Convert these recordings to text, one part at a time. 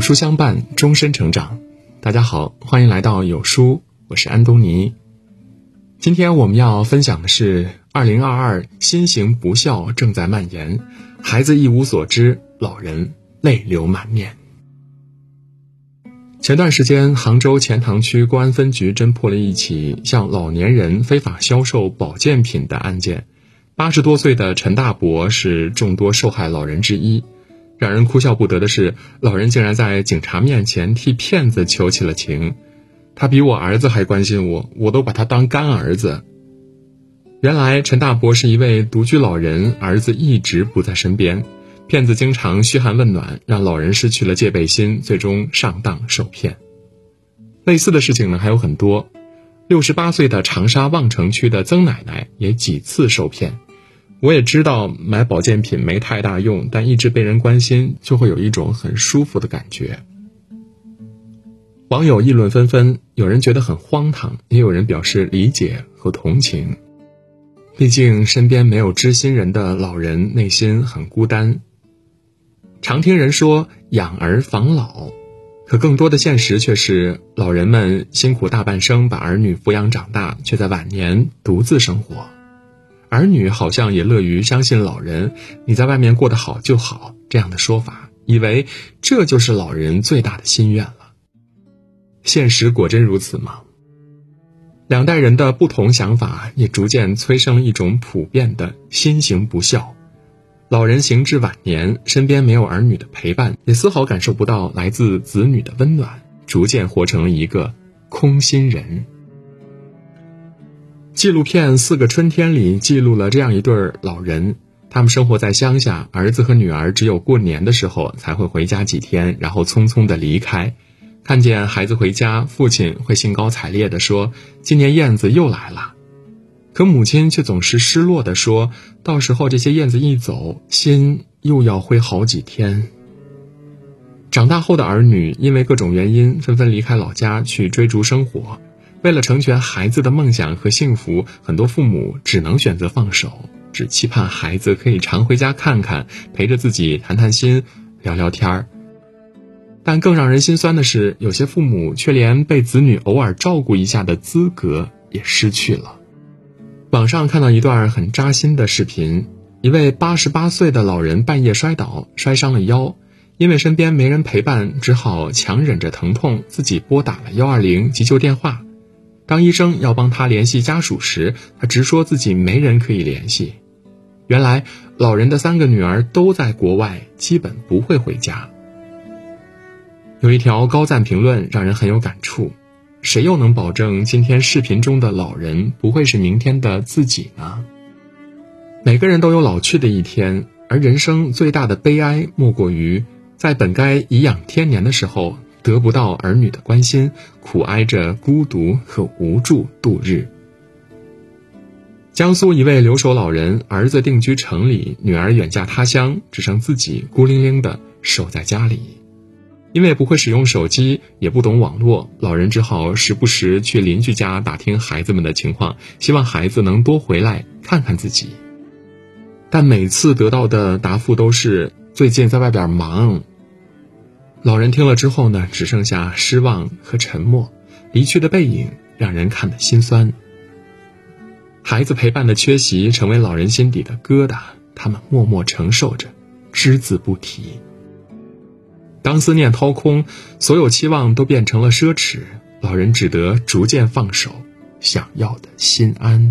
书相伴，终身成长。大家好，欢迎来到有书，我是安东尼。今天我们要分享的是2022新型不孝正在蔓延，孩子一无所知，老人泪流满面。前段时间，杭州钱塘区公安分局侦破了一起向老年人非法销售保健品的案件。80多岁的陈大伯是众多受害老人之一。让人哭笑不得的是，老人竟然在警察面前替骗子求起了情。他比我儿子还关心我，我都把他当干儿子。原来陈大伯是一位独居老人，儿子一直不在身边，骗子经常嘘寒问暖，让老人失去了戒备心，最终上当受骗。类似的事情呢还有很多。68岁的长沙望城区的曾奶奶也几次受骗。我也知道买保健品没太大用，但一直被人关心，就会有一种很舒服的感觉。网友议论纷纷，有人觉得很荒唐，也有人表示理解和同情。毕竟身边没有知心人的老人内心很孤单。常听人说养儿防老，可更多的现实却是老人们辛苦大半生把儿女抚养长大，却在晚年独自生活。儿女好像也乐于相信老人你在外面过得好就好这样的说法，以为这就是老人最大的心愿了。现实果真如此吗？两代人的不同想法也逐渐催生了一种普遍的新型不孝。老人行至晚年，身边没有儿女的陪伴，也丝毫感受不到来自子女的温暖，逐渐活成了一个空心人。纪录片《4个春天》里记录了这样一对老人，他们生活在乡下，儿子和女儿只有过年的时候才会回家几天，然后匆匆地离开。看见孩子回家，父亲会兴高采烈地说，今年燕子又来了。可母亲却总是失落地说，到时候这些燕子一走，心又要灰好几天。长大后的儿女因为各种原因纷纷离开老家去追逐生活，为了成全孩子的梦想和幸福，很多父母只能选择放手，只期盼孩子可以常回家看看，陪着自己谈谈心，聊聊天儿。但更让人心酸的是，有些父母却连被子女偶尔照顾一下的资格也失去了。网上看到一段很扎心的视频，一位88岁的老人半夜摔倒，摔伤了腰，因为身边没人陪伴，只好强忍着疼痛，自己拨打了120急救电话。当医生要帮他联系家属时，他直说自己没人可以联系。原来老人的3个女儿都在国外，基本不会回家。有一条高赞评论让人很有感触，谁又能保证今天视频中的老人不会是明天的自己呢？每个人都有老去的一天，而人生最大的悲哀莫过于在本该颐养天年的时候得不到儿女的关心，苦挨着孤独和无助度日。江苏一位留守老人，儿子定居城里，女儿远嫁他乡，只剩自己孤零零地守在家里。因为不会使用手机，也不懂网络，老人只好时不时去邻居家打听孩子们的情况，希望孩子能多回来看看自己。但每次得到的答复都是最近在外边忙。老人听了之后呢，只剩下失望和沉默，离去的背影让人看得心酸。孩子陪伴的缺席成为老人心底的疙瘩，他们默默承受着，只字不提。当思念掏空，所有期望都变成了奢侈，老人只得逐渐放手，想要的心安。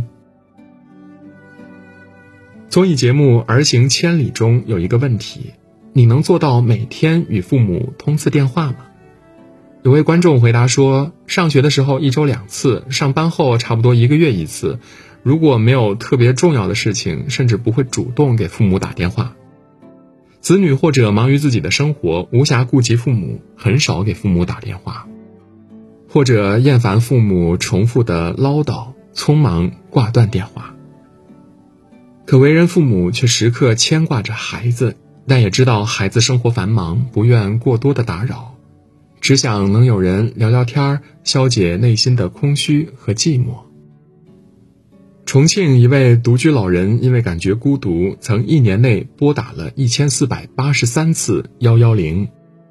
综艺节目《儿行千里》中有一个问题，你能做到每天与父母通次电话吗？有位观众回答说，上学的时候1周2次，上班后差不多1个月1次，如果没有特别重要的事情，甚至不会主动给父母打电话。子女或者忙于自己的生活，无暇顾及父母，很少给父母打电话，或者厌烦父母重复的唠叨，匆忙挂断电话。可为人父母却时刻牵挂着孩子，但也知道孩子生活繁忙，不愿过多的打扰，只想能有人聊聊天，消解内心的空虚和寂寞。重庆一位独居老人因为感觉孤独，曾1年内拨打了1483次110。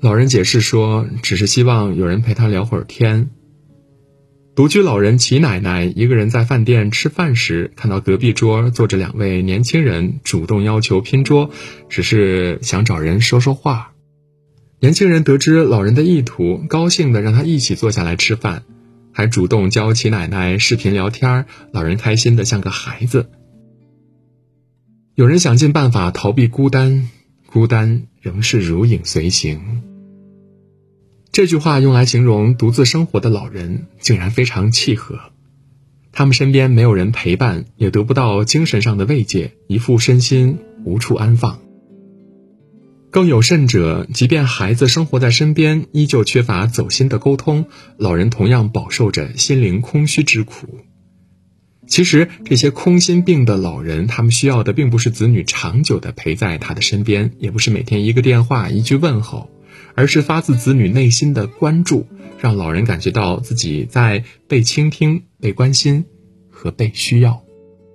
老人解释说，只是希望有人陪他聊会儿天。独居老人齐奶奶一个人在饭店吃饭时，看到隔壁桌坐着2位年轻人，主动要求拼桌，只是想找人说说话。年轻人得知老人的意图，高兴地让他一起坐下来吃饭，还主动教齐奶奶视频聊天，老人开心得像个孩子。有人想尽办法逃避孤单，孤单仍是如影随形。这句话用来形容独自生活的老人，竟然非常契合。他们身边没有人陪伴，也得不到精神上的慰藉，一副身心无处安放。更有甚者，即便孩子生活在身边，依旧缺乏走心的沟通，老人同样饱受着心灵空虚之苦。其实这些空心病的老人，他们需要的并不是子女长久地陪在他的身边，也不是每天一个电话一句问候，而是发自子女内心的关注，让老人感觉到自己在被倾听、被关心和被需要。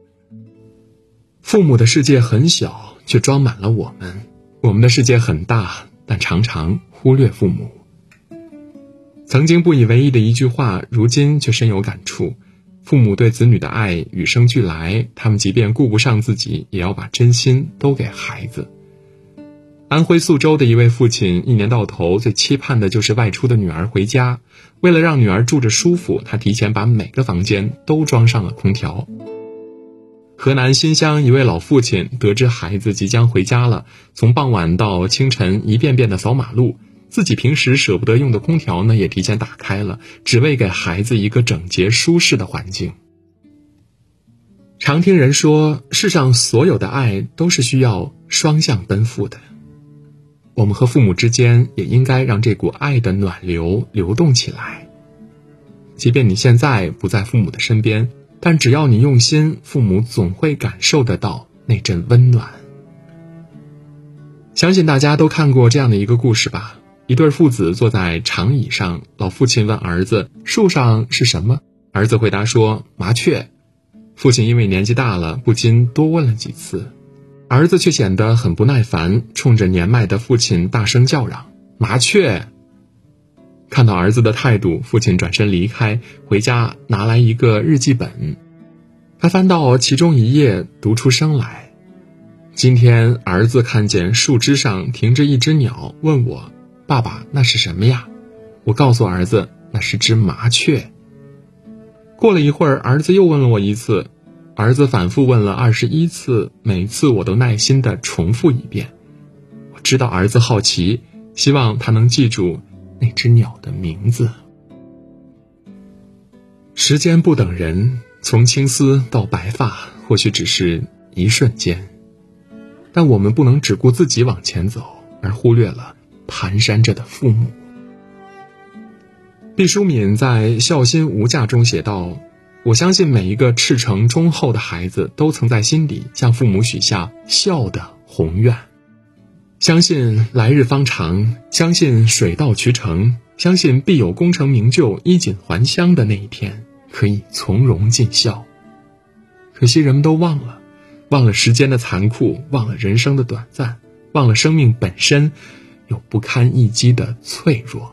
父母的世界很小，却装满了我们；我们的世界很大，但常常忽略父母。曾经不以为意的一句话，如今却深有感触。父母对子女的爱与生俱来，他们即便顾不上自己，也要把真心都给孩子。安徽宿州的一位父亲，一年到头最期盼的就是外出的女儿回家。为了让女儿住着舒服，他提前把每个房间都装上了空调。河南新乡一位老父亲得知孩子即将回家了，从傍晚到清晨一遍遍地扫马路，自己平时舍不得用的空调呢，也提前打开了，只为给孩子一个整洁舒适的环境。常听人说，世上所有的爱都是需要双向奔赴的。我们和父母之间也应该让这股爱的暖流流动起来。即便你现在不在父母的身边，但只要你用心，父母总会感受得到那阵温暖。相信大家都看过这样的一个故事吧。一对父子坐在长椅上，老父亲问儿子，树上是什么？儿子回答说，麻雀。父亲因为年纪大了，不禁多问了几次，儿子却显得很不耐烦，冲着年迈的父亲大声叫嚷，麻雀。看到儿子的态度，父亲转身离开，回家拿来一个日记本。他翻到其中一页，读出声来。今天儿子看见树枝上停着一只鸟，问我，爸爸，那是什么呀？我告诉儿子，那是只麻雀。过了一会儿，儿子又问了我一次，儿子反复问了21次，每次我都耐心地重复一遍。我知道儿子好奇，希望他能记住那只鸟的名字。时间不等人，从青丝到白发，或许只是一瞬间，但我们不能只顾自己往前走，而忽略了蹒跚着的父母。毕淑敏在《孝心无价》中写道，我相信每一个赤诚忠厚的孩子都曾在心底向父母许下孝的宏愿，相信来日方长，相信水到渠成，相信必有功成名就、衣锦还乡的那一天，可以从容尽孝。可惜人们都忘了时间的残酷，忘了人生的短暂，忘了生命本身有不堪一击的脆弱。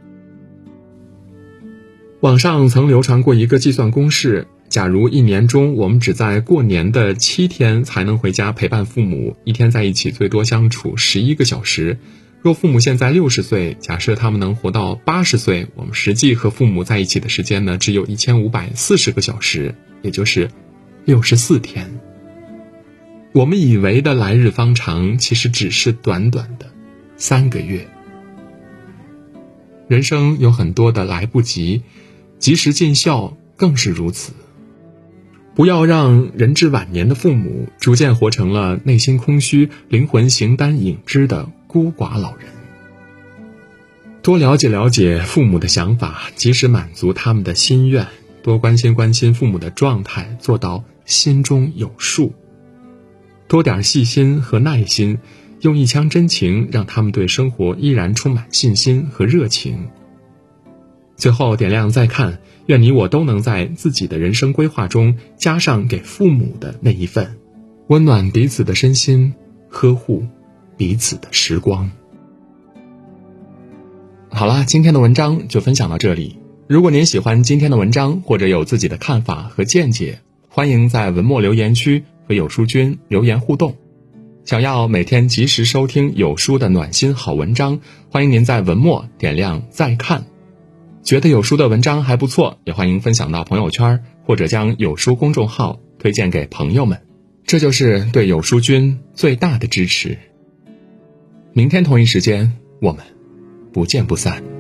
网上曾流传过一个计算公式，假如一年中我们只在过年的7天才能回家陪伴父母，一天在一起最多相处11个小时。若父母现在60岁，假设他们能活到80岁，我们实际和父母在一起的时间呢，只有1540个小时，也就是64天。我们以为的来日方长，其实只是短短的3个月。人生有很多的来不及，及时尽孝更是如此。不要让人至晚年的父母逐渐活成了内心空虚、灵魂形单影只的孤寡老人。多了解了解父母的想法，及时满足他们的心愿，多关心关心父母的状态，做到心中有数。多点细心和耐心，用一腔真情让他们对生活依然充满信心和热情。最后点亮再看，愿你我都能在自己的人生规划中加上给父母的那一份，温暖彼此的身心，呵护彼此的时光。 好啦，今天的文章就分享到这里。如果您喜欢今天的文章，或者有自己的看法和见解，欢迎在文末留言区和有书君留言互动。想要每天及时收听有书的暖心好文章，欢迎您在文末点亮再看。觉得有书的文章还不错，也欢迎分享到朋友圈，或者将有书公众号推荐给朋友们，这就是对有书君最大的支持。明天同一时间，我们不见不散。